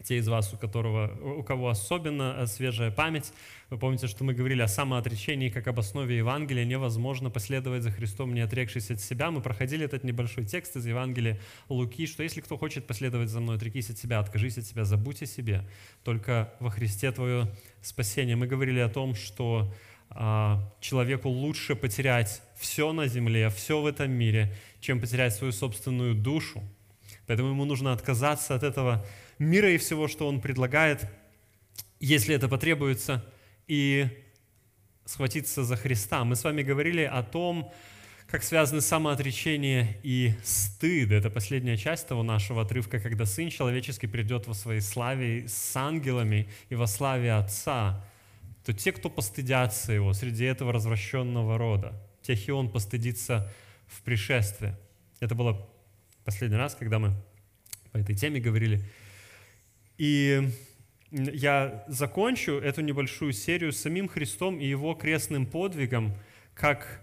Те из вас, у кого особенно свежая память, вы помните, что мы говорили о самоотречении как об основе Евангелия. Невозможно последовать за Христом, не отрекшись от себя. Мы проходили этот небольшой текст из Евангелия Луки, что если кто хочет последовать за мной, отрекись от себя, откажись от себя, забудь о себе. Только во Христе твое спасение. Мы говорили о том, что человеку лучше потерять все на земле, все в этом мире, чем потерять свою собственную душу. Поэтому ему нужно отказаться от этого мира и всего, что он предлагает, если это потребуется, и схватиться за Христа. Мы с вами говорили о том, как связаны самоотречение и стыд. Это последняя часть того нашего отрывка, когда Сын Человеческий придет во своей славе с ангелами и во славе Отца, то те, кто постыдятся Его среди этого развращенного рода, тех и Он постыдится в пришествии. Это было последний раз, когда мы по этой теме говорили. И я закончу эту небольшую серию самим Христом и Его крестным подвигом, как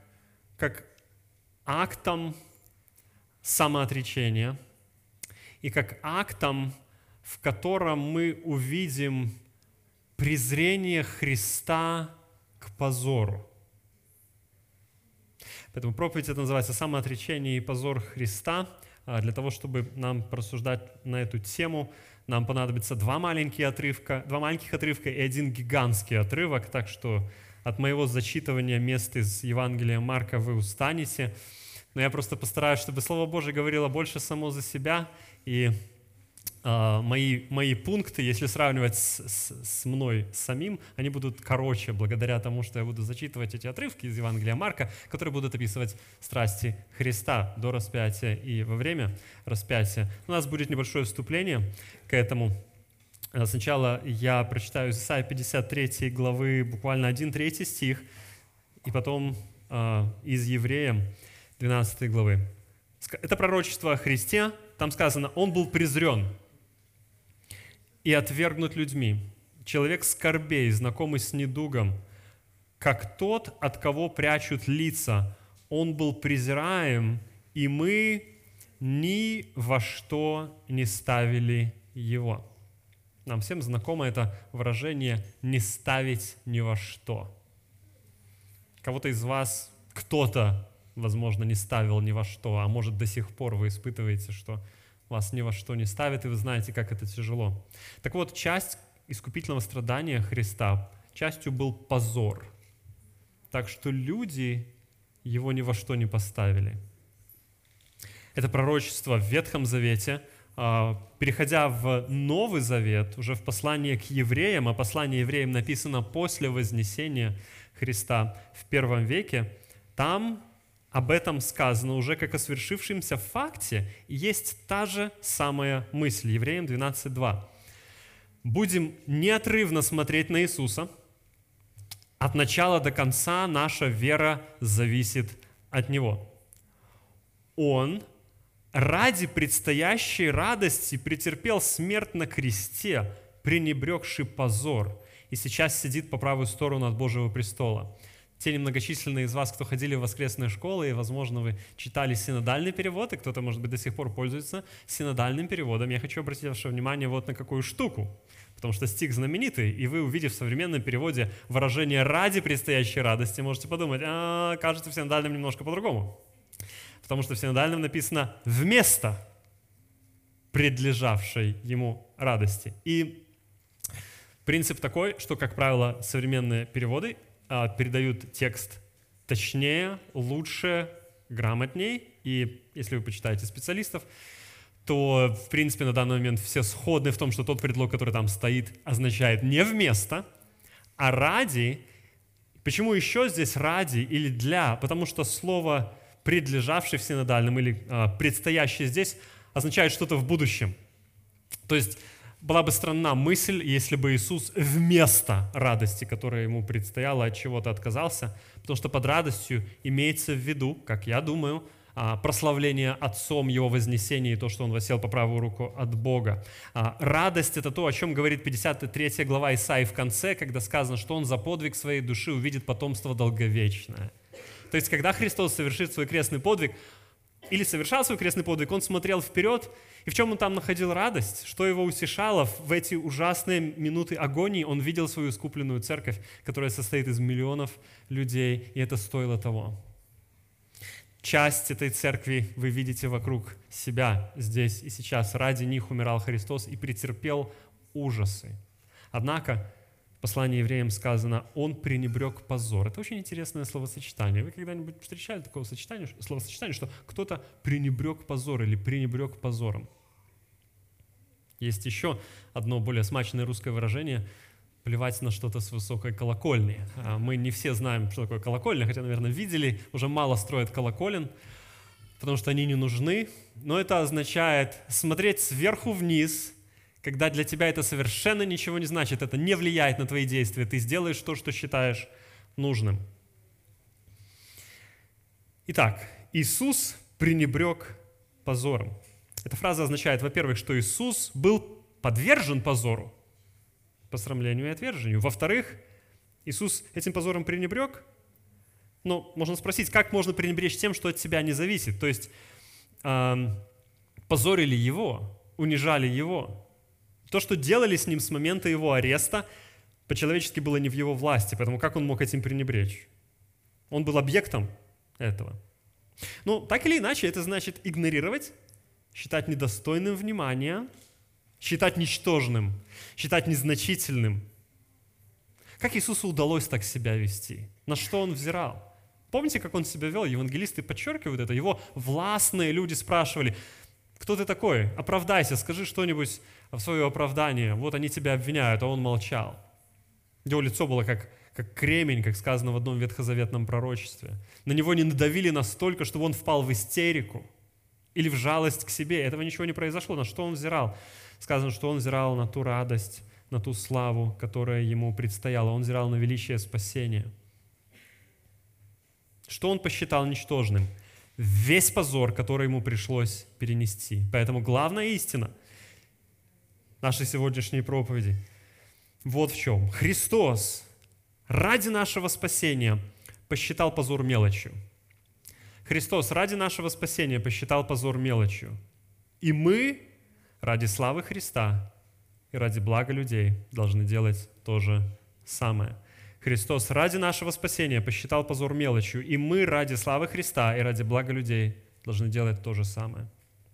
актом самоотречения и как актом, в котором мы увидим презрение Христа к позору. Поэтому проповедь это называется «Самоотречение и позор Христа». Для того, чтобы нам порассуждать на эту тему, нам понадобится два маленьких отрывка и один гигантский отрывок, так что от моего зачитывания мест из Евангелия Марка вы устанете. Но я просто постараюсь, чтобы Слово Божие говорило больше само за себя, и мои пункты, если сравнивать с мной самим, они будут короче, благодаря тому, что я буду зачитывать эти отрывки из Евангелия Марка, которые будут описывать страсти Христа до распятия и во время распятия. У нас будет небольшое вступление к этому. Сначала я прочитаю из Исайи 53 главы, буквально 1-3 стих, и потом из Евреям 12 главы. Это пророчество о Христе. Там сказано: «Он был презрен и отвергнут людьми, человек скорбей, знакомый с недугом, как тот, от кого прячут лица. Он был презираем, и мы ни во что не ставили его». Нам всем знакомо это выражение «не ставить ни во что». Кого-то из вас кто-то, возможно, не ставил ни во что, а может, до сих пор вы испытываете, что вас ни во что не ставит, и вы знаете, как это тяжело. Так вот, часть искупительного страдания Христа, частью был позор. Так что люди его ни во что не поставили. Это пророчество в Ветхом Завете. Переходя в Новый Завет, уже в послании к евреям, а послание евреям написано после Вознесения Христа в первом веке, там об этом сказано уже как о свершившемся факте, и есть та же самая мысль. Евреям 12:2. «Будем неотрывно смотреть на Иисуса. От начала до конца наша вера зависит от Него. Он ради предстоящей радости претерпел смерть на кресте, пренебрегший позор, и сейчас сидит по правую сторону от Божьего престола». Те немногочисленные из вас, кто ходили в воскресные школы, и, возможно, вы читали синодальный перевод, и кто-то, может быть, до сих пор пользуется синодальным переводом, я хочу обратить ваше внимание вот на какую штуку. Потому что стих знаменитый, и вы, увидев в современном переводе выражение «ради предстоящей радости», можете подумать: кажется, в синодальном немножко по-другому. Потому что в синодальном написано «вместо предлежавшей ему радости». И принцип такой, что, как правило, современные переводы передают текст точнее, лучше, грамотней. И если вы почитаете специалистов, то, в принципе, на данный момент все сходны в том, что тот предлог, который там стоит, означает не вместо, а ради. Почему еще здесь ради или для? Потому что слово «предлежавший» в синодальном или «предстоящий» здесь означает что-то в будущем. То есть была бы странна мысль, если бы Иисус вместо радости, которая ему предстояла, от чего-то отказался, потому что под радостью имеется в виду, как я думаю, прославление Отцом Его вознесения и то, что Он воссел по правую руку от Бога. Радость – это то, о чем говорит 53 глава Исаии в конце, когда сказано, что Он за подвиг своей души увидит потомство долговечное. То есть, когда Христос совершит свой крестный подвиг, или совершал свой крестный подвиг, он смотрел вперед, и в чем он там находил радость, что его утешало в эти ужасные минуты агонии, он видел свою искупленную церковь, которая состоит из миллионов людей, и это стоило того. Часть этой церкви вы видите вокруг себя здесь и сейчас. Ради них умирал Христос и претерпел ужасы. Однако, в послании евреям сказано, Он пренебрег позор. Это очень интересное словосочетание. Вы когда-нибудь встречали такое словосочетание, что кто-то пренебрег позор или пренебрег позором? Есть еще одно более смачное русское выражение – плевать на что-то с высокой колокольни. Мы не все знаем, что такое колокольня, хотя, наверное, видели, уже мало строят колоколен, потому что они не нужны, но это означает смотреть сверху вниз, когда для тебя это совершенно ничего не значит, это не влияет на твои действия, ты сделаешь то, что считаешь нужным. Итак, Иисус пренебрег позором. Эта фраза означает, во-первых, что Иисус был подвержен позору, посрамлению и отвержению. Во-вторых, Иисус этим позором пренебрег. Но можно спросить, как можно пренебречь тем, что от тебя не зависит? То есть позорили Его, унижали Его. То, что делали с Ним с момента Его ареста, по-человечески было не в Его власти, поэтому как Он мог этим пренебречь? Он был объектом этого. Ну, так или иначе, это значит игнорировать, считать недостойным внимания, считать ничтожным, считать незначительным. Как Иисусу удалось так себя вести? На что Он взирал? Помните, как Он себя вел? Евангелисты подчеркивают это. Его властные люди спрашивали, кто ты такой? Оправдайся, скажи что-нибудь в свое оправдание. Вот они тебя обвиняют, а Он молчал. Его лицо было как кремень, как сказано в одном ветхозаветном пророчестве. На него не надавили настолько, чтобы он впал в истерику или в жалость к себе. Этого ничего не произошло. На что Он взирал? Сказано, что Он взирал на ту радость, на ту славу, которая Ему предстояла. Он взирал на величие спасения. Что Он посчитал ничтожным? Весь позор, который Ему пришлось перенести. Поэтому главная истина нашей сегодняшней проповеди вот в чем. Христос ради нашего спасения посчитал позор мелочью. Христос ради нашего спасения посчитал позор мелочью. И мы ради славы Христа и ради блага людей должны делать то же самое. Христос ради нашего спасения посчитал позор мелочью, и мы ради славы Христа и ради блага людей должны делать то же самое.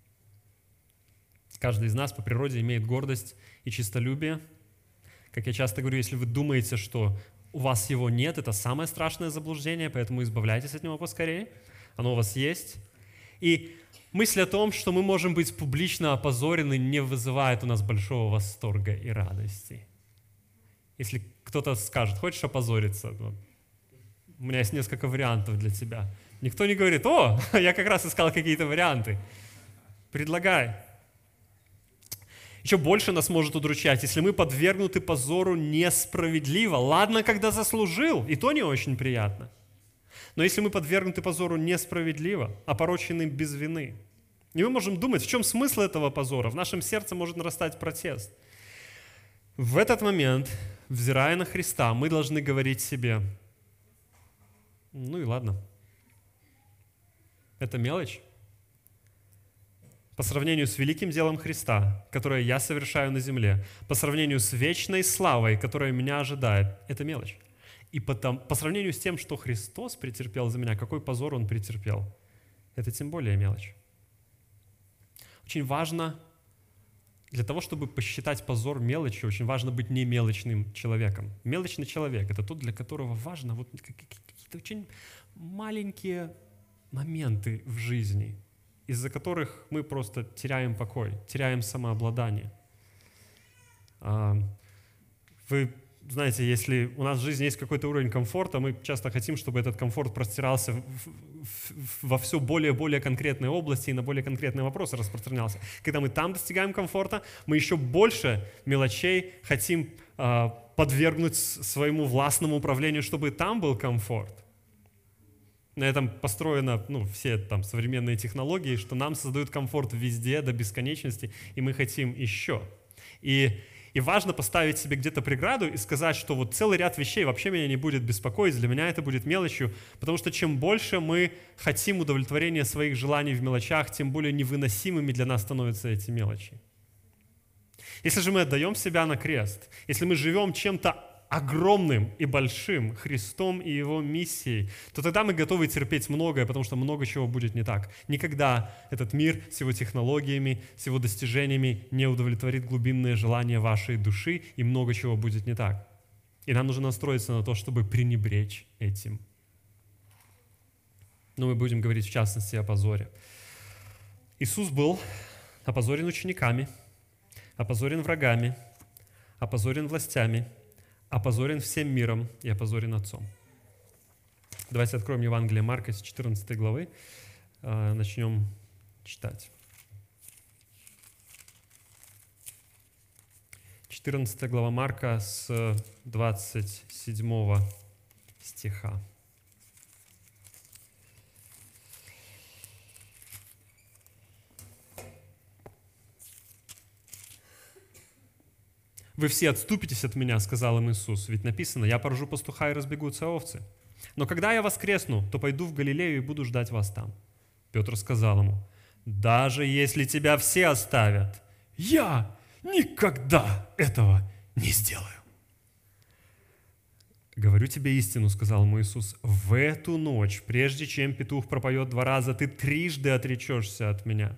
Каждый из нас по природе имеет гордость и честолюбие. Как я часто говорю, если вы думаете, что у вас его нет, это самое страшное заблуждение, поэтому избавляйтесь от него поскорее. Оно у вас есть. И мысль о том, что мы можем быть публично опозорены, не вызывает у нас большого восторга и радости. Если кто-то скажет, хочешь опозориться? У меня есть несколько вариантов для тебя. Никто не говорит, о, я как раз искал какие-то варианты. Предлагай. Еще больше нас может удручать, если мы подвергнуты позору несправедливо. Ладно, когда заслужил, и то не очень приятно. Но если мы подвергнуты позору несправедливо, опорочены без вины, и мы можем думать, в чем смысл этого позора, в нашем сердце может нарастать протест. В этот момент, взирая на Христа, мы должны говорить себе, ну и ладно, это мелочь. По сравнению с великим делом Христа, которое я совершаю на земле, по сравнению с вечной славой, которая меня ожидает, это мелочь. И по сравнению с тем, что Христос претерпел за меня, какой позор Он претерпел, это тем более мелочь. Очень важно, для того, чтобы посчитать позор мелочью, очень важно быть не мелочным человеком. Мелочный человек – это тот, для которого важно вот какие-то очень маленькие моменты в жизни, из-за которых мы просто теряем покой, теряем самообладание. Вы знаете, если у нас в жизни есть какой-то уровень комфорта, мы часто хотим, чтобы этот комфорт простирался во все более и более конкретные области и на более конкретные вопросы распространялся. Когда мы там достигаем комфорта, мы еще больше мелочей хотим подвергнуть своему властному управлению, чтобы там был комфорт. На этом построены все там современные технологии, что нам создают комфорт везде до бесконечности, и мы хотим еще. И И важно поставить себе где-то преграду и сказать, что вот целый ряд вещей вообще меня не будет беспокоить, для меня это будет мелочью, потому что чем больше мы хотим удовлетворения своих желаний в мелочах, тем более невыносимыми для нас становятся эти мелочи. Если же мы отдаем себя на крест, если мы живем чем-то огромным и большим, Христом и Его миссией, то тогда мы готовы терпеть многое, потому что много чего будет не так. Никогда этот мир с его технологиями, с его достижениями не удовлетворит глубинные желания вашей души, и много чего будет не так. И нам нужно настроиться на то, чтобы пренебречь этим. Но мы будем говорить в частности о позоре. Иисус был опозорен учениками, опозорен врагами, опозорен властями, опозорен всем миром и опозорен Отцом. Давайте откроем Евангелие Марка с 14 главы, начнем читать. 14 глава Марка с 27 стиха. «Вы все отступитесь от меня, — сказал им Иисус, — ведь написано, я поражу пастуха и разбегутся овцы. Но когда я воскресну, то пойду в Галилею и буду ждать вас там». Петр сказал ему, «Даже если тебя все оставят, я никогда этого не сделаю». «Говорю тебе истину, — сказал ему Иисус, — в эту ночь, прежде чем петух пропоет 2 раза, ты 3 отречешься от меня».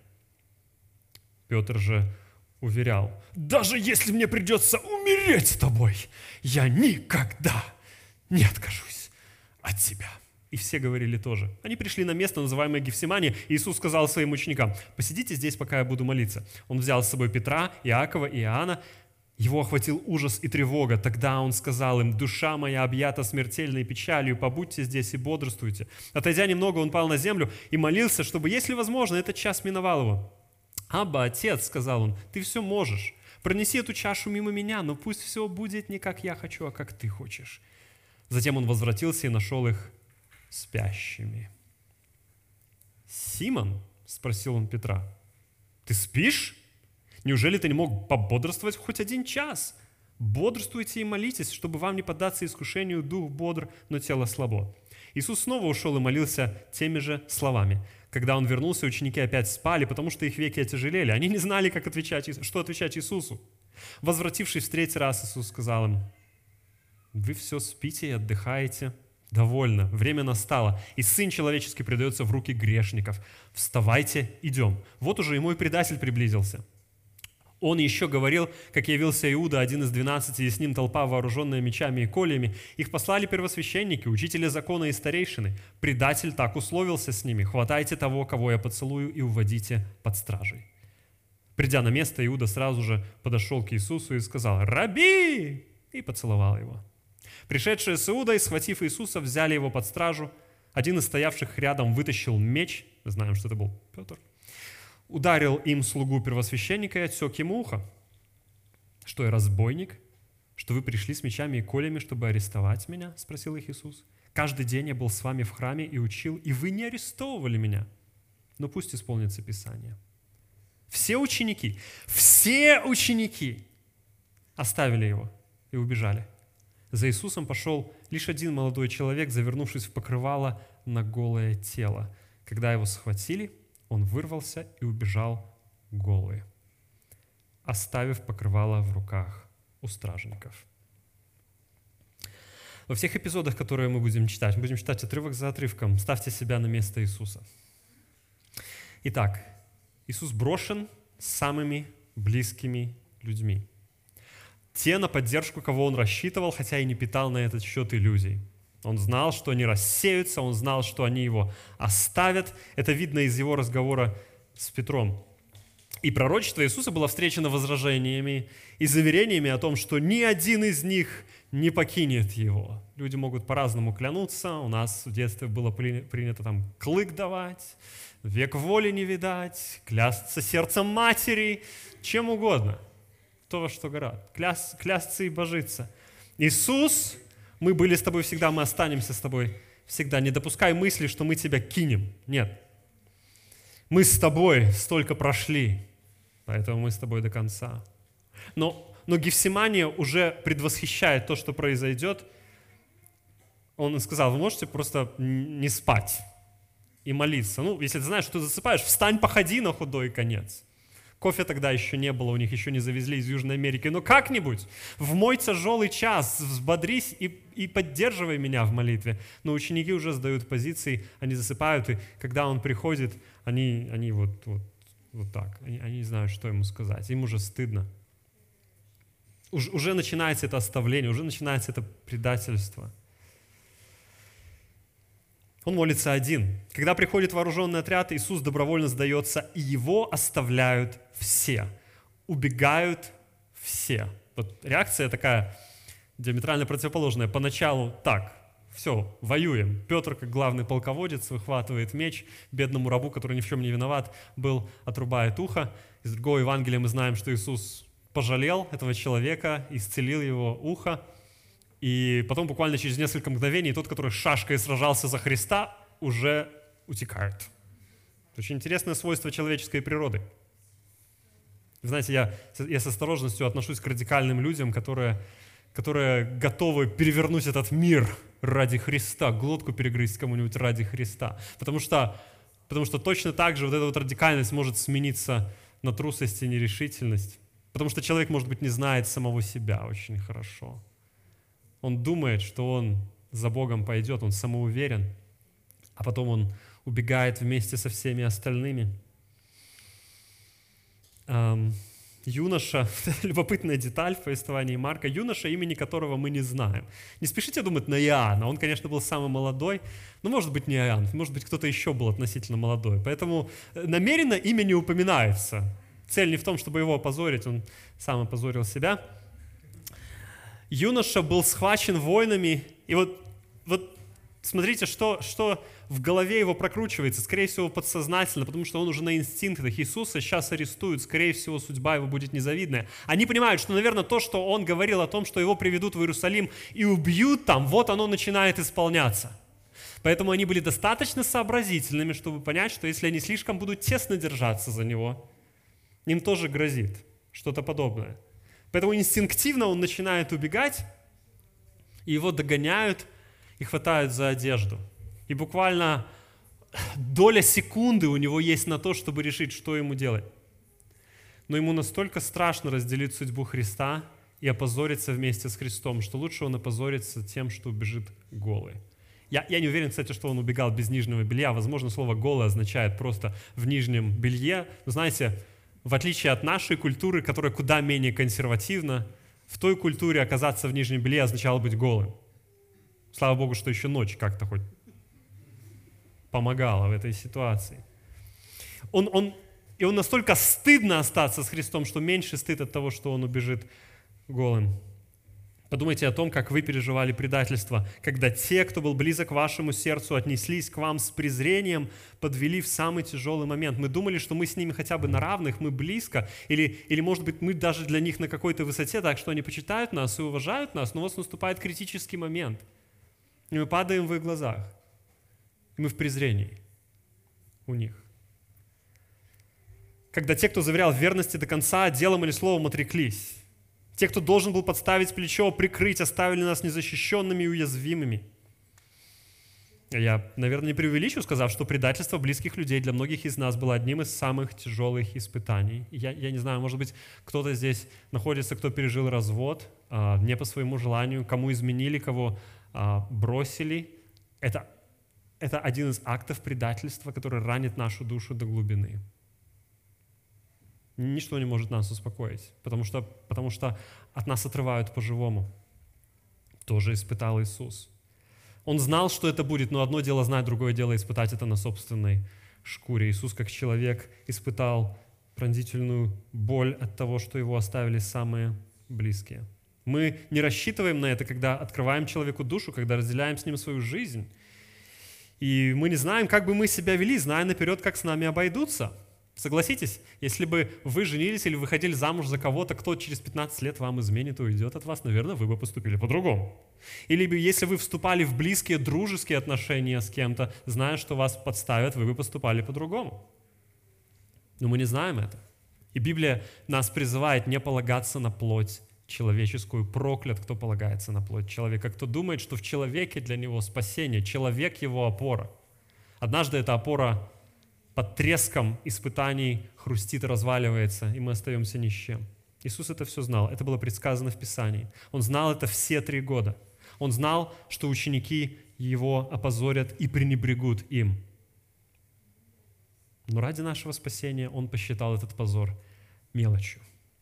Петр же уверял, «Даже если мне придется умереть с тобой, я никогда не откажусь от тебя». И все говорили тоже. Они пришли на место, называемое Гефсимания, и Иисус сказал своим ученикам, «Посидите здесь, пока я буду молиться». Он взял с собой Петра, Иакова и Иоанна. Его охватил ужас и тревога. Тогда он сказал им, «Душа моя объята смертельной печалью, побудьте здесь и бодрствуйте». Отойдя немного, он пал на землю и молился, чтобы, если возможно, этот час миновал его. «Абба, Отец, — сказал он, — ты все можешь. Пронеси эту чашу мимо меня, но пусть все будет не как я хочу, а как ты хочешь». Затем он возвратился и нашел их спящими. «Симон, — спросил он Петра, — ты спишь? Неужели ты не мог пободрствовать хоть 1 час? Бодрствуйте и молитесь, чтобы вам не поддаться искушению, дух бодр, но тело слабо». Иисус снова ушел и молился теми же словами. Когда он вернулся, ученики опять спали, потому что их веки отяжелели. Они не знали, что отвечать Иисусу. Возвратившись в 3-й раз, Иисус сказал им, «Вы все спите и отдыхаете? Довольно, время настало, и Сын Человеческий предается в руки грешников. Вставайте, идем». Вот уже и мой предатель приблизился. Он еще говорил, как явился Иуда, один из 12, и с ним толпа, вооруженная мечами и кольями. Их послали первосвященники, учители закона и старейшины. Предатель так условился с ними: «Хватайте того, кого я поцелую, и уводите под стражей». Придя на место, Иуда сразу же подошел к Иисусу и сказал: «Раби!» и поцеловал его. Пришедшие с Иудой, схватив Иисуса, взяли его под стражу. Один из стоявших рядом вытащил меч, знаем, что это был Петр, ударил им слугу первосвященника и отсек ему ухо. «Что я, разбойник? Что вы пришли с мечами и колями, чтобы арестовать меня?» — спросил их Иисус. «Каждый день я был с вами в храме и учил, и вы не арестовывали меня. Но пусть исполнится Писание». Все ученики оставили его и убежали. За Иисусом пошел лишь один молодой человек, завернувшись в покрывало на голое тело. Когда его схватили, он вырвался и убежал голый, оставив покрывало в руках у стражников. Во всех эпизодах, которые мы будем читать отрывок за отрывком. Ставьте себя на место Иисуса. Итак, Иисус брошен самыми близкими людьми. Те, на поддержку кого он рассчитывал, хотя и не питал на этот счет иллюзий. Он знал, что они рассеются, он знал, что они его оставят. Это видно из его разговора с Петром. И пророчество Иисуса было встречено возражениями и заверениями о том, что ни один из них не покинет его. Люди могут по-разному клянуться. У нас в детстве было принято там клык давать, век воли не видать, клясться сердцем матери, чем угодно. То, во что гораздо. Клясться и божиться. Иисус, мы были с тобой всегда, мы останемся с тобой всегда. Не допускай мысли, что мы тебя кинем. Нет. Мы с тобой столько прошли, поэтому мы с тобой до конца. Но но Гефсимания уже предвосхищает то, что произойдет. Он сказал: вы можете просто не спать и молиться. Ну, если ты знаешь, что ты засыпаешь, встань, походи на худой конец. Кофе тогда еще не было, у них еще не завезли из Южной Америки. Но как-нибудь в мой тяжелый час взбодрись и поддерживай меня в молитве. Но ученики уже сдают позиции, они засыпают, и когда он приходит, они вот так. Они не знают, что ему сказать. Им уже стыдно. Уже начинается это оставление, уже начинается это предательство. Он молится один. Когда приходит вооруженный отряд, Иисус добровольно сдается, и его оставляют все. Убегают все. Вот реакция такая диаметрально противоположная. Поначалу так, все, воюем. Петр, как главный полководец, выхватывает меч. Бедному рабу, который ни в чем не виноват, отрубает ухо. Из другого Евангелия мы знаем, что Иисус пожалел этого человека, исцелил его ухо. И потом буквально через несколько мгновений тот, который шашкой сражался за Христа, уже утекает. Очень интересное свойство человеческой природы. Вы знаете, я с осторожностью отношусь к радикальным людям, которые готовы перевернуть этот мир ради Христа, глотку перегрызть кому-нибудь ради Христа. Потому что точно так же вот эта вот радикальность может смениться на трусость и нерешительность. Потому что человек, может быть, не знает самого себя очень хорошо. Он думает, что он за Богом пойдет, он самоуверен, а потом он убегает вместе со всеми остальными. Юноша, любопытная деталь в повествовании Марка, юноша, имени которого мы не знаем. Не спешите думать на Иоанна, он, конечно, был самый молодой, но, может быть, не Иоанн, может быть, кто-то еще был относительно молодой. Поэтому намеренно имя не упоминается. Цель не в том, чтобы его опозорить, он сам опозорил себя. Юноша был схвачен воинами, и вот смотрите, что в голове его прокручивается, скорее всего, подсознательно, потому что он уже на инстинктах. Иисуса сейчас арестуют, скорее всего, судьба его будет незавидная. Они понимают, что, наверное, то, что он говорил о том, что его приведут в Иерусалим и убьют там, вот оно начинает исполняться. Поэтому они были достаточно сообразительными, чтобы понять, что если они слишком будут тесно держаться за него, им тоже грозит что-то подобное. Поэтому инстинктивно он начинает убегать, и его догоняют и хватают за одежду. И буквально доля секунды у него есть на то, чтобы решить, что ему делать. Но ему настолько страшно разделить судьбу Христа и опозориться вместе с Христом, что лучше он опозорится тем, что убежит голый. Я не уверен, кстати, что он убегал без нижнего белья. Возможно, слово «голый» означает просто в нижнем белье. Но знаете, в отличие от нашей культуры, которая куда менее консервативна, в той культуре оказаться в нижнем белье означало быть голым. Слава Богу, что еще ночь как-то хоть помогала в этой ситуации. Он настолько стыдно остаться с Христом, что меньше стыд от того, что он убежит голым. Подумайте о том, как вы переживали предательство, когда те, кто был близок к вашему сердцу, отнеслись к вам с презрением, подвели в самый тяжелый момент. Мы думали, что мы с ними хотя бы на равных, мы близко, или может быть, мы даже для них на какой-то высоте, так что они почитают нас и уважают нас, но у вас наступает критический момент, и мы падаем в их глазах, и мы в презрении у них. Когда те, кто заверял в верности до конца, делом или словом отреклись. Те, кто должен был подставить плечо, прикрыть, оставили нас незащищенными и уязвимыми. Я, наверное, не преувеличу, сказав, что предательство близких людей для многих из нас было одним из самых тяжелых испытаний. Я не знаю, может быть, кто-то здесь находится, кто пережил развод не по своему желанию, кому изменили, кого бросили. Это один из актов предательства, который ранит нашу душу до глубины. Ничто не может нас успокоить, потому что от нас отрывают по-живому. Тоже испытал Иисус. Он знал, что это будет, но одно дело знать, другое дело испытать это на собственной шкуре. Иисус, как человек, испытал пронзительную боль от того, что его оставили самые близкие. Мы не рассчитываем на это, когда открываем человеку душу, когда разделяем с ним свою жизнь. И мы не знаем, как бы мы себя вели, зная наперед, как с нами обойдутся. Согласитесь, если бы вы женились или выходили замуж за кого-то, кто через 15 лет вам изменит и уйдет от вас, наверное, вы бы поступили по-другому. Или если вы вступали в близкие, дружеские отношения с кем-то, зная, что вас подставят, вы бы поступали по-другому. Но мы не знаем это. И Библия нас призывает не полагаться на плоть человеческую, проклят, кто полагается на плоть человека, кто думает, что в человеке для него спасение, человек его опора. Однажды эта опора под треском испытаний хрустит и разваливается, и мы остаемся ни с чем. Иисус это все знал, это было предсказано в Писании. Он знал это все 3 года. Он знал, что ученики его опозорят и пренебрегут им. Но ради нашего спасения он посчитал этот позор мелочью.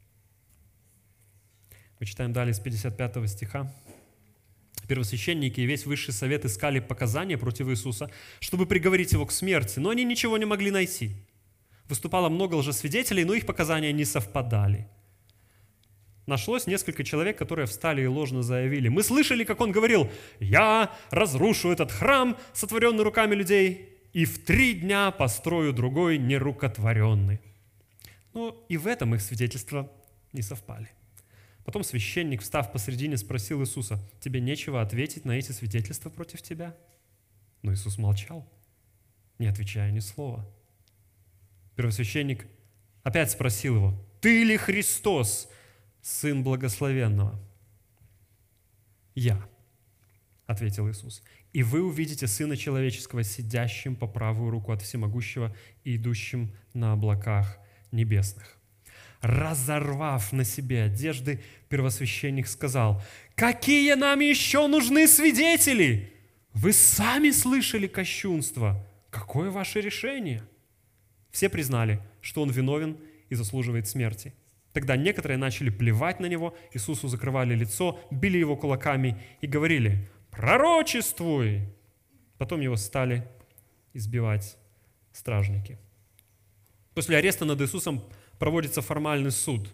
Мы читаем далее с 55 стиха. Первосвященники и весь высший совет искали показания против Иисуса, чтобы приговорить его к смерти, но они ничего не могли найти. Выступало много лжесвидетелей, но их показания не совпадали. Нашлось несколько человек, которые встали и ложно заявили: «Мы слышали, как он говорил: „Я разрушу этот храм, сотворенный руками людей, и в 3 дня построю другой, нерукотворенный». Но и в этом их свидетельства не совпали. Потом священник, встав посредине, спросил Иисуса: «Тебе нечего ответить на эти свидетельства против тебя?» Но Иисус молчал, не отвечая ни слова. Первосвященник опять спросил его: «Ты ли Христос, Сын Благословенного?» «Я», — ответил Иисус, «и вы увидите Сына Человеческого, сидящим по правую руку от Всемогущего и идущим на облаках небесных». Разорвав на себе одежды, первосвященник сказал: «Какие нам еще нужны свидетели? Вы сами слышали кощунство. Какое ваше решение?» Все признали, что он виновен и заслуживает смерти. Тогда некоторые начали плевать на него, Иисусу закрывали лицо, били его кулаками и говорили: «Пророчествуй!» Потом его стали избивать стражники. После ареста над Иисусом проводится формальный суд.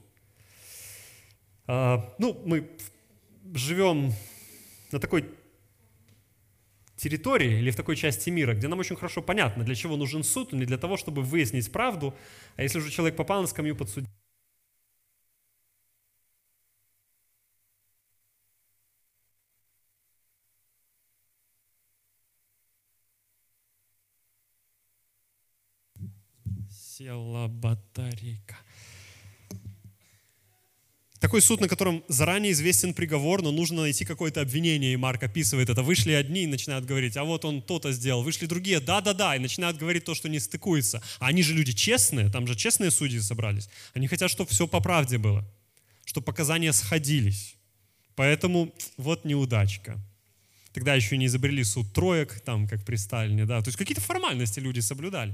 Мы живем на такой территории или в такой части мира, где нам очень хорошо понятно, для чего нужен суд, не для того, чтобы выяснить правду, а если уже человек попал на скамью подсудимых. Села батарейка. Такой суд, на котором заранее известен приговор, но нужно найти какое-то обвинение, и Марк описывает это. Вышли одни и начинают говорить: «А вот он то-то сделал». Вышли другие: «Да-да-да», и начинают говорить то, что не стыкуется. А они же люди честные, там же честные судьи собрались. Они хотят, чтобы все по правде было, чтобы показания сходились. Поэтому вот неудачка. Тогда еще не изобрели суд троек, там, как при Сталине, да. То есть какие-то формальности люди соблюдали.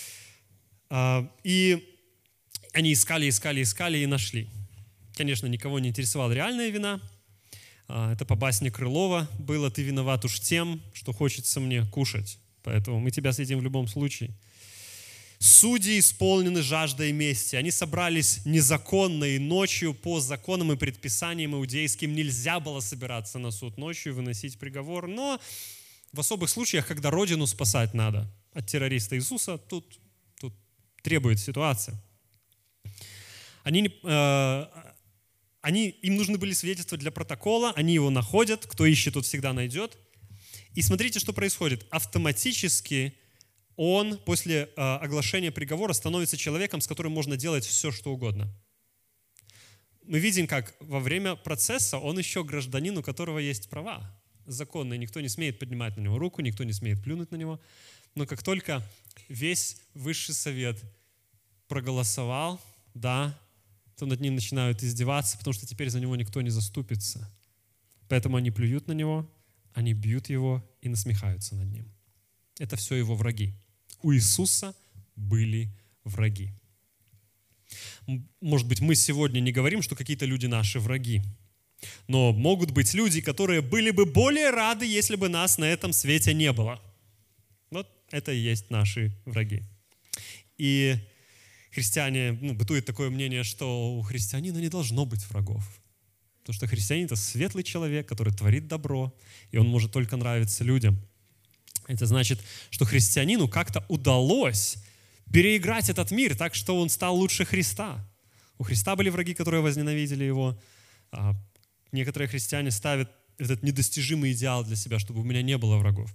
И они искали и нашли. Конечно, никого не интересовала реальная вина. Это по басне Крылова было: «Ты виноват уж тем, что хочется мне кушать. Поэтому мы тебя съедим в любом случае». Судьи исполнены жаждой мести. Они собрались незаконно, и ночью по законам и предписаниям иудейским нельзя было собираться на суд ночью и выносить приговор. Но в особых случаях, когда родину спасать надо от террориста Иисуса, тут требует ситуация. Им нужны были свидетельства для протокола, они его находят, кто ищет, тот всегда найдет. И смотрите, что происходит. Автоматически он после оглашения приговора становится человеком, с которым можно делать все, что угодно. Мы видим, как во время процесса он еще гражданин, у которого есть права законные. Никто не смеет поднимать на него руку, никто не смеет плюнуть на него. Но как только весь высший совет проголосовал, да, то над ним начинают издеваться, потому что теперь за него никто не заступится. Поэтому они плюют на него, они бьют его и насмехаются над ним. Это все его враги. У Иисуса были враги. Может быть, мы сегодня не говорим, что какие-то люди наши враги, но могут быть люди, которые были бы более рады, если бы нас на этом свете не было. Вот это и есть наши враги. И христиане, бытует такое мнение, что у христианина не должно быть врагов. Потому что христианин — это светлый человек, который творит добро, и он может только нравиться людям. Это значит, что христианину как-то удалось переиграть этот мир так, что он стал лучше Христа. У Христа были враги, которые возненавидели его. А некоторые христиане ставят этот недостижимый идеал для себя, чтобы у меня не было врагов.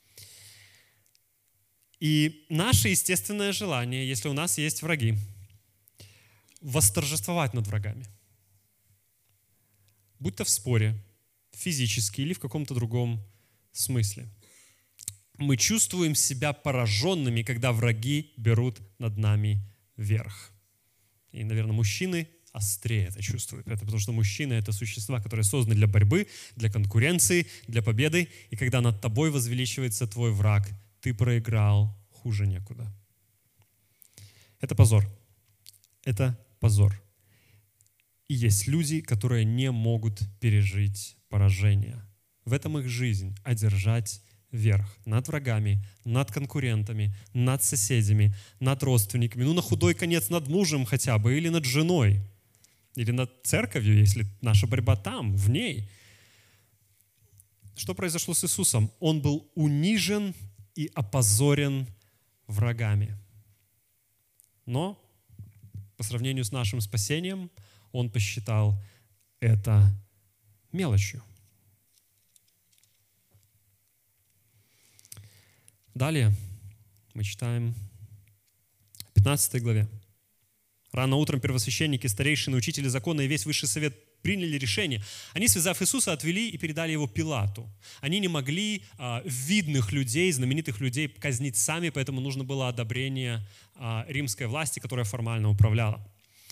И наше естественное желание, если у нас есть враги, восторжествовать над врагами. будь то в споре, физически или в каком-то другом смысле. Мы чувствуем себя пораженными, когда враги берут над нами верх. И, наверное, мужчины острее это чувствуют. Это потому что мужчины — это существа, которые созданы для борьбы, для конкуренции, для победы. И когда над тобой возвеличивается твой враг, ты проиграл, хуже некуда. Это позор. Это позор. И есть люди, которые не могут пережить поражение. В этом их жизнь — одержать верх над врагами, над конкурентами, над соседями, над родственниками, на худой конец над мужем хотя бы, или над женой, или над церковью, если наша борьба там, в ней. Что произошло с Иисусом? Он был унижен и опозорен врагами. Но по сравнению с нашим спасением, он посчитал это мелочью. Далее мы читаем в 15 главе. Рано утром первосвященники, старейшины, учители закона и весь высший совет приняли решение. Они, связав Иисуса, отвели и передали его Пилату. Они не могли видных людей, знаменитых людей казнить сами, поэтому нужно было одобрение римской власти, которая формально управляла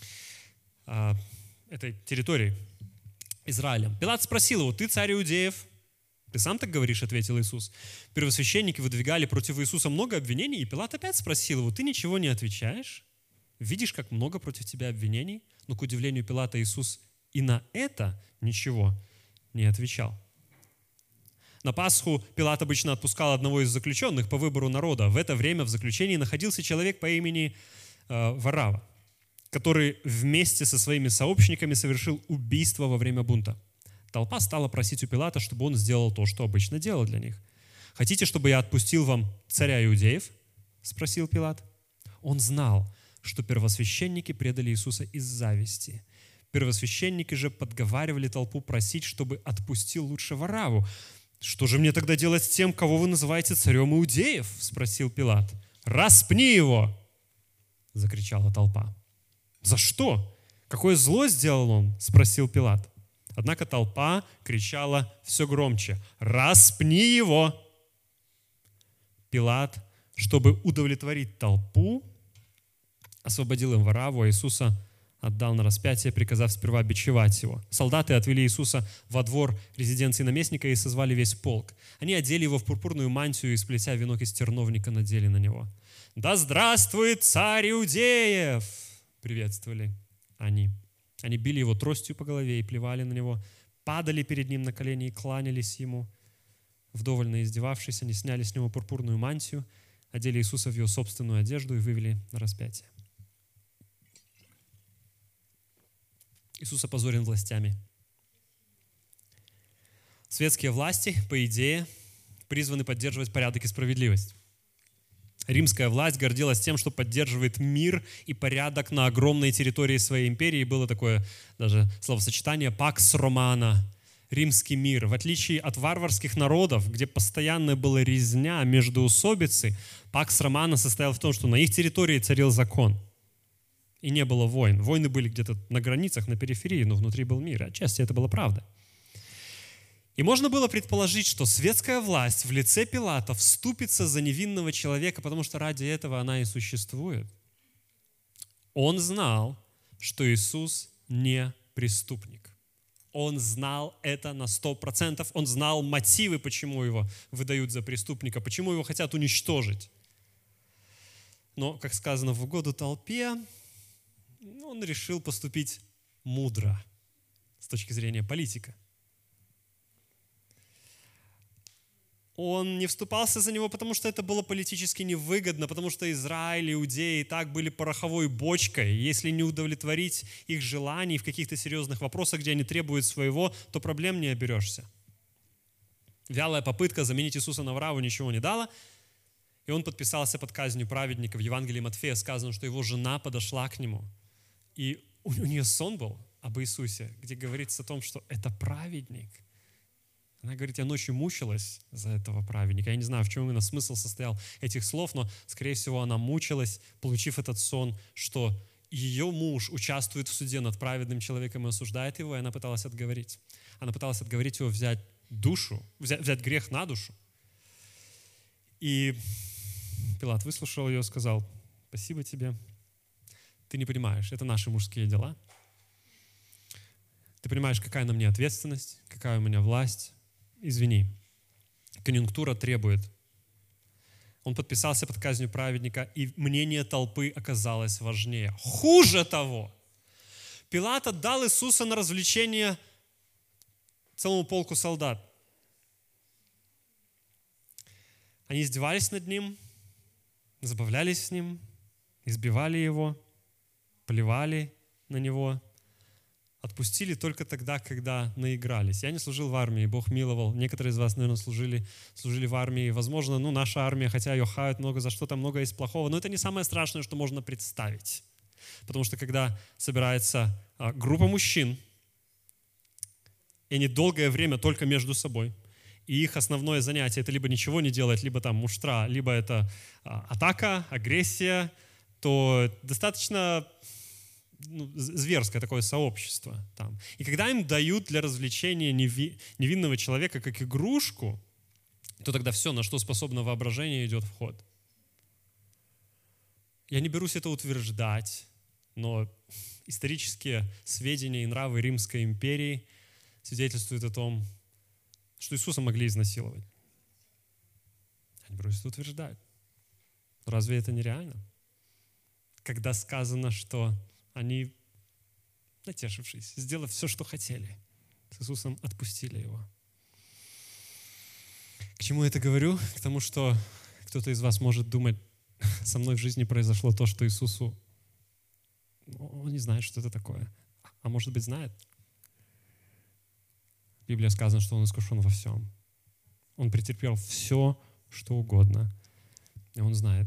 этой территорией, Израилем. Пилат спросил его: «Ты царь иудеев?» «Ты сам так говоришь», — ответил Иисус. Первосвященники выдвигали против Иисуса много обвинений, и Пилат опять спросил его: «Ты ничего не отвечаешь? Видишь, как много против тебя обвинений?» Но, к удивлению Пилата, Иисус и на это ничего не отвечал. На Пасху Пилат обычно отпускал одного из заключенных по выбору народа. В это время в заключении находился человек по имени Варава, который вместе со своими сообщниками совершил убийство во время бунта. Толпа стала просить у Пилата, чтобы он сделал то, что обычно делал для них. «Хотите, чтобы я отпустил вам царя иудеев?» – спросил Пилат. Он знал, что первосвященники предали Иисуса из зависти. Первосвященники же подговаривали толпу просить, чтобы отпустил лучше Варавву. «Что же мне тогда делать с тем, кого вы называете царем иудеев?» – спросил Пилат. «Распни его!» – закричала толпа. «За что? Какое зло сделал он?» – спросил Пилат. Однако толпа кричала все громче: «Распни его!» Пилат, чтобы удовлетворить толпу, освободил им Варавву, а Иисуса отдал на распятие, приказав сперва бичевать его. Солдаты отвели Иисуса во двор резиденции наместника и созвали весь полк. Они одели его в пурпурную мантию и, сплетя венок из терновника, надели на него. «Да здравствует царь иудеев!» — приветствовали они. Они били его тростью по голове и плевали на него, падали перед ним на колени и кланялись ему. Вдоволь наиздевавшись, они сняли с него пурпурную мантию, одели Иисуса в его собственную одежду и вывели на распятие. Иисус опозорен властями. Светские власти, по идее, призваны поддерживать порядок и справедливость. Римская власть гордилась тем, что поддерживает мир и порядок на огромной территории своей империи. Было такое даже словосочетание «Pax Romana» – римский мир. В отличие от варварских народов, где постоянно была резня, междоусобицы, «Pax Romana» состоял в том, что на их территории царил закон. И не было войн. Войны были где-то на границах, на периферии, но внутри был мир. Отчасти это была правда. И можно было предположить, что светская власть в лице Пилата вступится за невинного человека, потому что ради этого она и существует. Он знал, что Иисус не преступник. Он знал это на 100%. Он знал мотивы, почему его выдают за преступника, почему его хотят уничтожить. Но, как сказано, в угоду толпе, он решил поступить мудро с точки зрения политика. Он не вступался за него, потому что это было политически невыгодно, потому что Израиль, иудеи и так были пороховой бочкой. Если не удовлетворить их желаний в каких-то серьезных вопросах, где они требуют своего, то проблем не оберешься. Вялая попытка заменить Иисуса на Варавву ничего не дала, и он подписался под казнью праведника. В Евангелии Матфея сказано, что его жена подошла к нему, и у нее сон был об Иисусе, где говорится о том, что это праведник. Она говорит: я ночью мучилась за этого праведника. Я не знаю, в чем именно смысл состоял этих слов, но, скорее всего, она мучилась, получив этот сон, что ее муж участвует в суде над праведным человеком и осуждает его, и она пыталась отговорить. Она пыталась отговорить его взять взять грех на душу. И Пилат выслушал ее и сказал: спасибо тебе, ты не понимаешь, это наши мужские дела. Ты понимаешь, какая на мне ответственность, какая у меня власть. Извини, конъюнктура требует. Он подписался под казнью праведника, и мнение толпы оказалось важнее. Хуже того, Пилат отдал Иисуса на развлечение целому полку солдат. Они издевались над ним, забавлялись с ним, избивали его, плевали на него, отпустили только тогда, когда наигрались. Я не служил в армии, Бог миловал. Некоторые из вас, наверное, служили в армии. Возможно, наша армия, хотя ее хают много за что-то, много есть плохого, но это не самое страшное, что можно представить. Потому что когда собирается группа мужчин, и они долгое время только между собой, и их основное занятие — это либо ничего не делать, либо там муштра, либо это атака, агрессия, то достаточно зверское такое сообщество там. И когда им дают для развлечения невинного человека как игрушку, то тогда все, на что способно воображение, идет в ход. Я не берусь это утверждать, но исторические сведения и нравы Римской империи свидетельствуют о том, что Иисуса могли изнасиловать. Я не берусь это утверждать. Разве это нереально? Когда сказано, что они, натешившись, сделав все, что хотели, с Иисусом отпустили его. К чему я это говорю? К тому, что кто-то из вас может думать: со мной в жизни произошло то, что Иисусу, он не знает, что это такое. А может быть, знает? В Библии сказано, что он искушен во всем. Он претерпел все, что угодно. И он знает.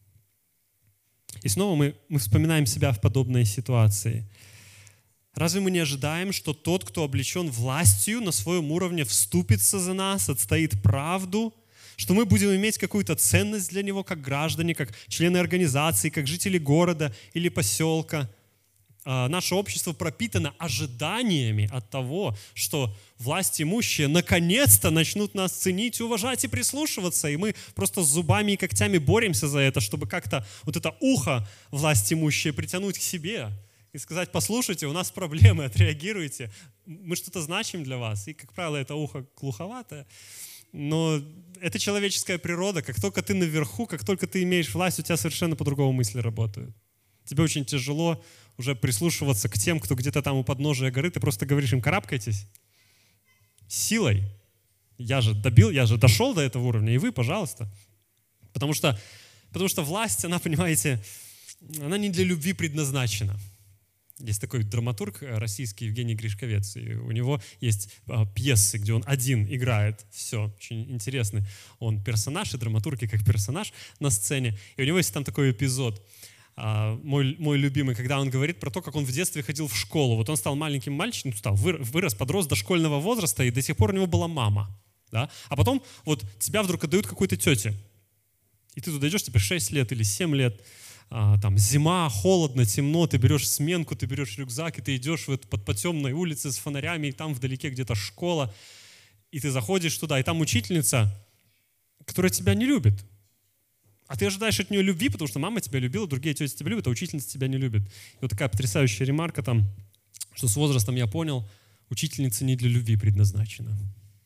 И снова мы вспоминаем себя в подобной ситуации. Разве мы не ожидаем, что тот, кто облечен властью, на своем уровне вступится за нас, отстоит правду, что мы будем иметь какую-то ценность для него как граждане, как члены организации, как жители города или поселка? Наше общество пропитано ожиданиями от того, что власть имущие наконец-то начнут нас ценить, уважать и прислушиваться. И мы просто с зубами и когтями боремся за это, чтобы как-то вот это ухо власть имущие притянуть к себе и сказать: послушайте, у нас проблемы, отреагируйте, мы что-то значим для вас. И, как правило, это ухо глуховатое. Но это человеческая природа. Как только ты наверху, как только ты имеешь власть, у тебя совершенно по-другому мысли работают. Тебе очень тяжело уже прислушиваться к тем, кто где-то там у подножия горы. Ты просто говоришь им: карабкайтесь силой. Я же дошел до этого уровня, и вы, пожалуйста. Потому что власть, она, понимаете, она не для любви предназначена. Есть такой драматург российский Евгений Гришковец, и у него есть пьесы, где он один играет. Все, очень интересный. Он персонаж, и драматург и как персонаж на сцене. И у него есть там такой эпизод, мой любимый, когда он говорит про то, как он в детстве ходил в школу. Вот он стал маленьким мальчиком, вырос, подрос до школьного возраста, и до сих пор у него была мама. Да? А потом вот тебя вдруг отдают какой-то тете. И ты туда идешь, тебе 6 лет или 7 лет, там зима, холодно, темно, ты берешь сменку, ты берешь рюкзак, и ты идешь по темной улице с фонарями, и там вдалеке где-то школа, и ты заходишь туда, и там учительница, которая тебя не любит. А ты ожидаешь от нее любви, потому что мама тебя любила, другие тети тебя любят, а учительница тебя не любит. И вот такая потрясающая ремарка там, что с возрастом я понял, учительница не для любви предназначена.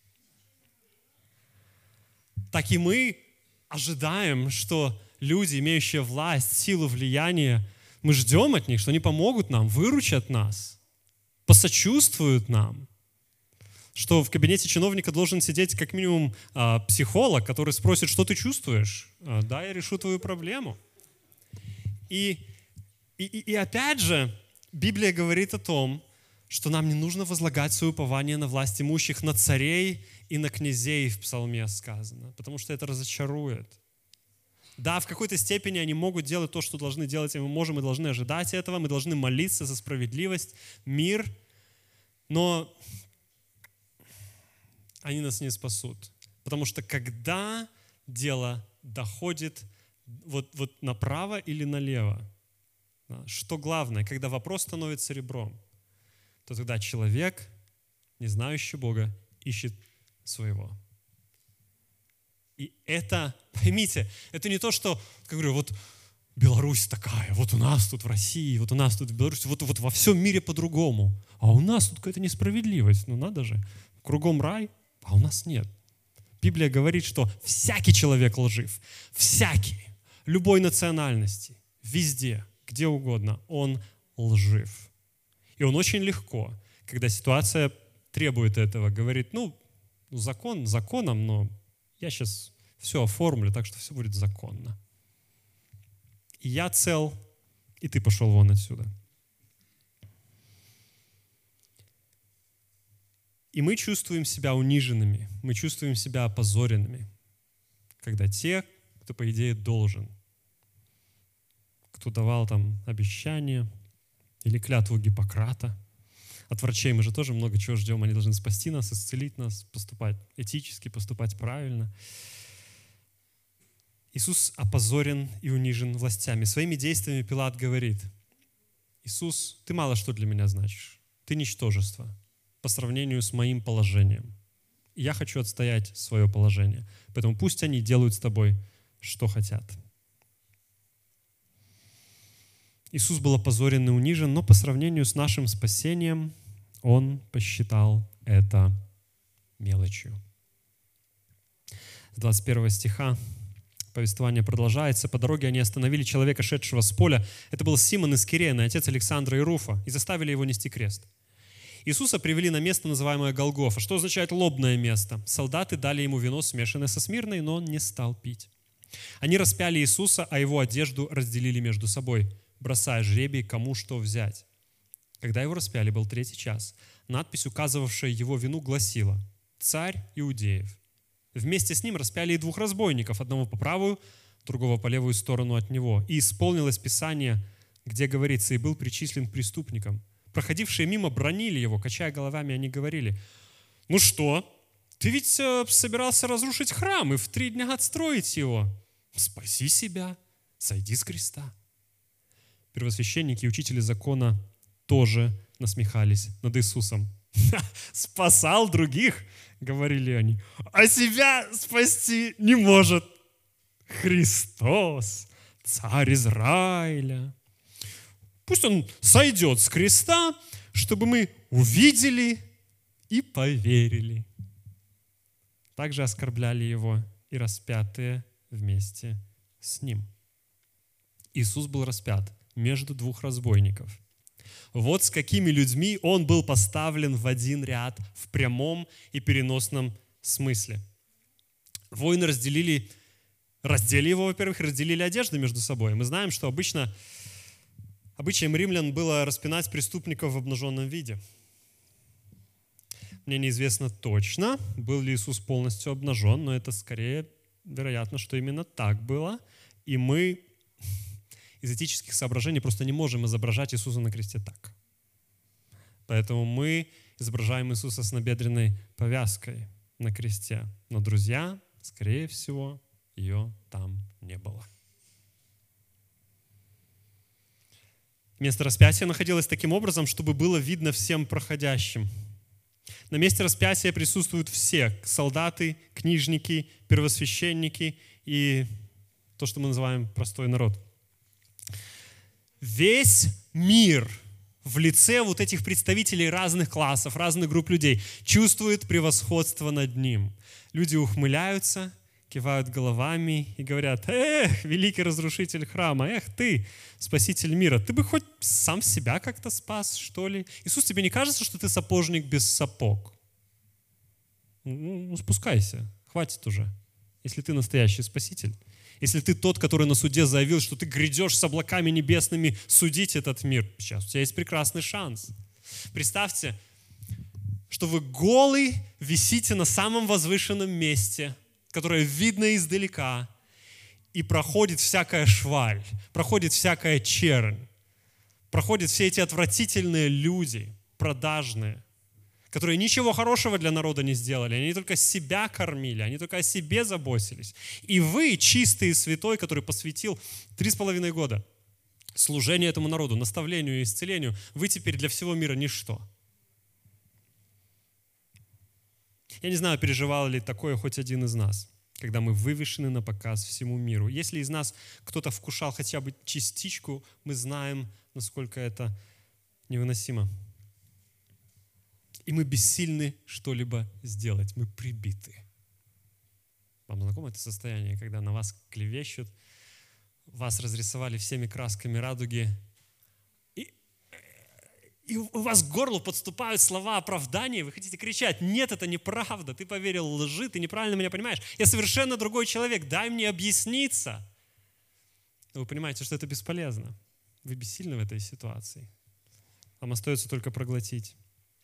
Так и мы ожидаем, что люди, имеющие власть, силу, влияние, мы ждем от них, что они помогут нам, выручат нас, посочувствуют нам. Что в кабинете чиновника должен сидеть как минимум психолог, который спросит: что ты чувствуешь? Да, я решу твою проблему. И опять же, Библия говорит о том, что нам не нужно возлагать свое упование на власть имущих, на царей и на князей, в псалме сказано, потому что это разочарует. Да, в какой-то степени они могут делать то, что должны делать, и мы можем и должны ожидать этого, мы должны молиться за справедливость, мир, но они нас не спасут. Потому что когда дело доходит вот направо или налево, Да, что главное, когда вопрос становится ребром, то тогда человек, не знающий Бога, ищет своего. И это, поймите, это не то, что, как говорю, вот Беларусь такая, вот у нас тут в России, вот у нас тут в Беларуси, вот во всем мире по-другому. А у нас тут какая-то несправедливость. Ну надо же, кругом рай, а у нас нет. Библия говорит, что всякий человек лжив, всякий, любой национальности, везде, где угодно, он лжив. И он очень легко, когда ситуация требует этого, говорит, закон законом, но я сейчас все оформлю, так что все будет законно. И я цел, и ты пошел вон отсюда. И мы чувствуем себя униженными, мы чувствуем себя опозоренными, когда те, кто, по идее, должен, кто давал там обещания или клятву Гиппократа. От врачей мы же тоже много чего ждем, они должны спасти нас, исцелить нас, поступать этически, поступать правильно. Иисус опозорен и унижен властями. Своими действиями Пилат говорит: Иисус, ты мало что для меня значишь, ты ничтожество по сравнению с моим положением. И я хочу отстоять свое положение. Поэтому пусть они делают с тобой, что хотят. Иисус был опозорен и унижен, но по сравнению с нашим спасением Он посчитал это мелочью. С 21 стиха повествование продолжается. По дороге они остановили человека, шедшего с поля. Это был Симон из Кирены, отец Александра и Руфа, и заставили его нести крест. Иисуса привели на место, называемое Голгофа, что означает «лобное место». Солдаты дали ему вино, смешанное со смирной, но он не стал пить. Они распяли Иисуса, а его одежду разделили между собой, бросая жребий, кому что взять. Когда его распяли, был 3-й час. Надпись, указывавшая его вину, гласила: «Царь Иудеев». Вместе с ним распяли и 2 разбойников, одного по правую, другого по левую сторону от него. И исполнилось Писание, где говорится: «И был причислен к преступникам». Проходившие мимо бранили его, качая головами, они говорили: «Ну что, ты ведь собирался разрушить храм и в 3 дня отстроить его? Спаси себя, сойди с креста». Первосвященники и учители закона тоже насмехались над Иисусом. «Спасал других», — говорили они, «а себя спасти не может. Христос, царь Израиля. Пусть он сойдет с креста, чтобы мы увидели и поверили». Также оскорбляли его и распятые вместе с ним. Иисус был распят между 2 разбойников. Вот с какими людьми он был поставлен в один ряд в прямом и переносном смысле. Воины раздели его, во-первых, разделили одежды между собой. Мы знаем, что обычаем римлян было распинать преступников в обнаженном виде. Мне неизвестно точно, был ли Иисус полностью обнажен, но это скорее вероятно, что именно так было. И мы из этических соображений просто не можем изображать Иисуса на кресте так. Поэтому мы изображаем Иисуса с набедренной повязкой на кресте. Но, друзья, скорее всего, ее там не было. Место распятия находилось таким образом, чтобы было видно всем проходящим. На месте распятия присутствуют все: солдаты, книжники, первосвященники и то, что мы называем простой народ. Весь мир в лице вот этих представителей разных классов, разных групп людей чувствует превосходство над ним. Люди ухмыляются, кивают головами и говорят: «Эх, великий разрушитель храма, эх ты, спаситель мира, ты бы хоть сам себя как-то спас, что ли? Иисус, тебе не кажется, что ты сапожник без сапог? Ну, спускайся, хватит уже, если ты настоящий спаситель. Если ты тот, который на суде заявил, что ты грядешь с облаками небесными судить этот мир, сейчас у тебя есть прекрасный шанс». Представьте, что вы голый висите на самом возвышенном месте, которое видно издалека, и проходит всякая шваль, проходит всякая чернь, проходят все эти отвратительные люди, продажные, которые ничего хорошего для народа не сделали, они только себя кормили, они только о себе заботились. И вы, чистый и святой, который посвятил 3,5 года служению этому народу, наставлению и исцелению, вы теперь для всего мира ничто. Я не знаю, переживал ли такое хоть один из нас, когда мы вывешены на показ всему миру. Если из нас кто-то вкушал хотя бы частичку, мы знаем, насколько это невыносимо. И мы бессильны что-либо сделать. Мы прибиты. Вам знакомо это состояние, когда на вас клевещут, вас разрисовали всеми красками радуги, и у вас к горлу подступают слова оправдания, вы хотите кричать: нет, это неправда, ты поверил лжи, ты неправильно меня понимаешь, я совершенно другой человек, дай мне объясниться. Но вы понимаете, что это бесполезно. Вы бессильны в этой ситуации. Вам остается только проглотить.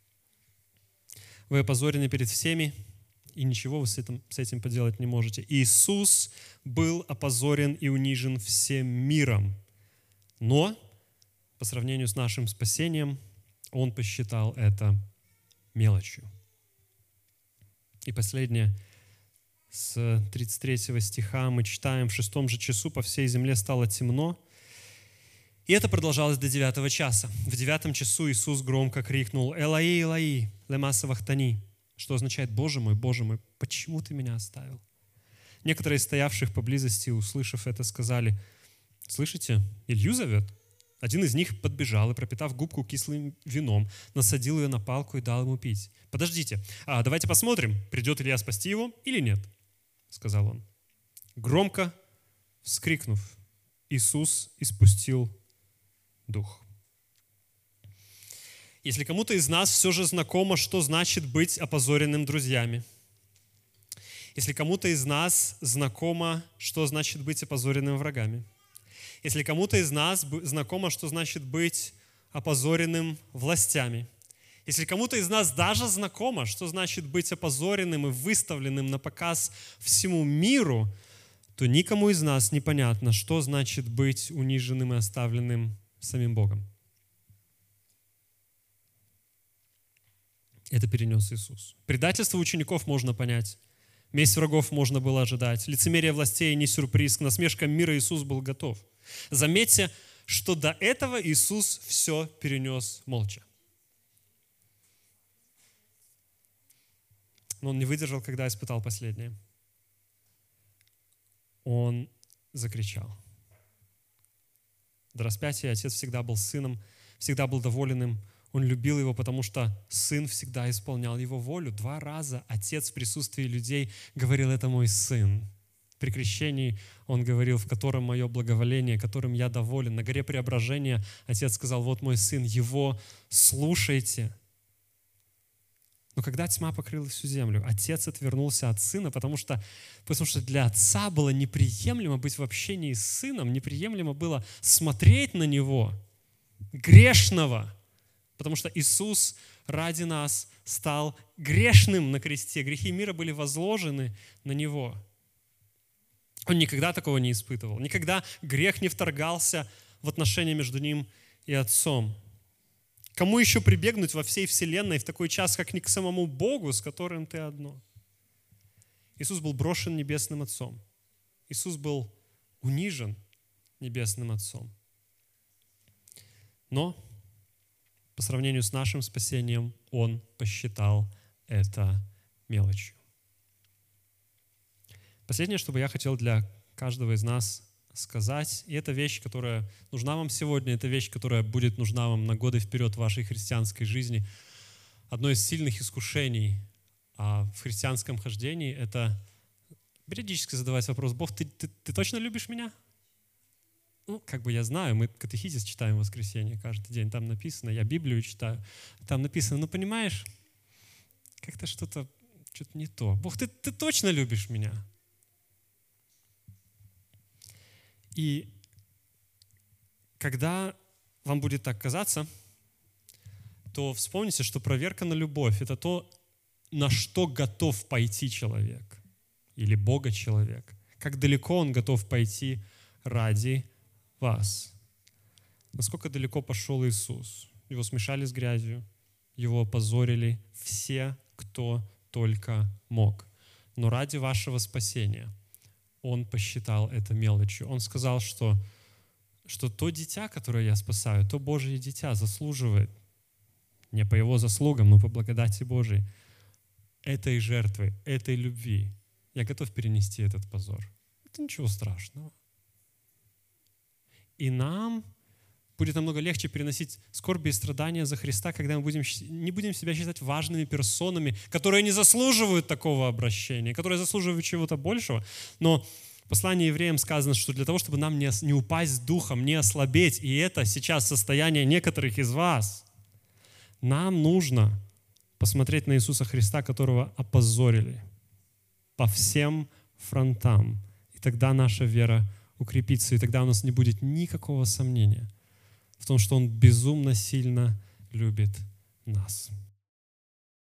Вы опозорены перед всеми, и ничего вы с этим поделать не можете. Иисус был опозорен и унижен всем миром, но по сравнению с нашим спасением Он посчитал это мелочью. И последнее, с 33 стиха мы читаем: «В 6 же часу по всей земле стало темно, и это продолжалось до 9 часа. В 9 часу Иисус громко крикнул: Элои, Элои, лема савахтани», что означает: Боже мой, почему ты меня оставил? Некоторые из стоявших поблизости, услышав это, сказали: слышите, Илью зовет? Один из них подбежал и, пропитав губку кислым вином, насадил ее на палку и дал ему пить. «Подождите, давайте посмотрим, придет Илья спасти его или нет», — сказал он. Громко вскрикнув, Иисус испустил дух. Если кому-то из нас все же знакомо, что значит быть опозоренным друзьями, если кому-то из нас знакомо, что значит быть опозоренным врагами, если кому-то из нас знакомо, что значит быть опозоренным властями, если кому-то из нас даже знакомо, что значит быть опозоренным и выставленным на показ всему миру, то никому из нас непонятно, что значит быть униженным и оставленным самим Богом. Это перенес Иисус. Предательство учеников можно понять. Месть врагов можно было ожидать. Лицемерие властей не сюрприз. К насмешкам мира Иисус был готов. Заметьте, что до этого Иисус все перенес молча. Но Он не выдержал, когда испытал последнее. Он закричал. До распятия Отец всегда был Сыном, всегда был доволен им. Он любил Его, потому что Сын всегда исполнял Его волю. 2 раза Отец в присутствии людей говорил: «Это мой Сын». При крещении Он говорил: «В котором мое благоволение, которым я доволен». На горе Преображения Отец сказал: «Вот мой Сын, Его слушайте». Но когда тьма покрыла всю землю, Отец отвернулся от Сына, потому что для Отца было неприемлемо быть в общении с Сыном, неприемлемо было смотреть на Него, грешного, потому что Иисус ради нас стал грешным на кресте. Грехи мира были возложены на Него. Он никогда такого не испытывал. Никогда грех не вторгался в отношения между Ним и Отцом. Кому еще прибегнуть во всей вселенной в такой час, как не к самому Богу, с которым ты одно? Иисус был брошен Небесным Отцом. Иисус был унижен Небесным Отцом. Но по сравнению с нашим спасением Он посчитал это мелочью. Последнее, что бы я хотел для каждого из нас сказать, и это вещь, которая нужна вам сегодня, это вещь, которая будет нужна вам на годы вперед в вашей христианской жизни. Одно из сильных искушений в христианском хождении — это периодически задавать вопрос: «Бог, ты точно любишь меня?» Я знаю, мы катехизис читаем в воскресенье каждый день, там написано, я Библию читаю, там написано, понимаешь, как-то что-то не то. Бог, ты точно любишь меня? И когда вам будет так казаться, то вспомните, что проверка на любовь — это то, на что готов пойти человек или Бога человек. Как далеко он готов пойти ради вас. Насколько далеко пошел Иисус. Его смешали с грязью, его опозорили все, кто только мог. Но ради вашего спасения Он посчитал это мелочью. Он сказал, что что то дитя, которое я спасаю, то Божье дитя заслуживает, не по его заслугам, но по благодати Божией, этой жертвы, этой любви. Я готов перенести этот позор. Это ничего страшного. И нам будет намного легче переносить скорби и страдания за Христа, когда мы не будем себя считать важными персонами, которые не заслуживают такого обращения, которые заслуживают чего-то большего. Но в послании евреям сказано, что для того, чтобы нам не упасть духом, не ослабеть, и это сейчас состояние некоторых из вас, нам нужно посмотреть на Иисуса Христа, которого опозорили по всем фронтам. И тогда наша вера укрепится, и тогда у нас не будет никакого сомнения в том, что Он безумно сильно любит нас.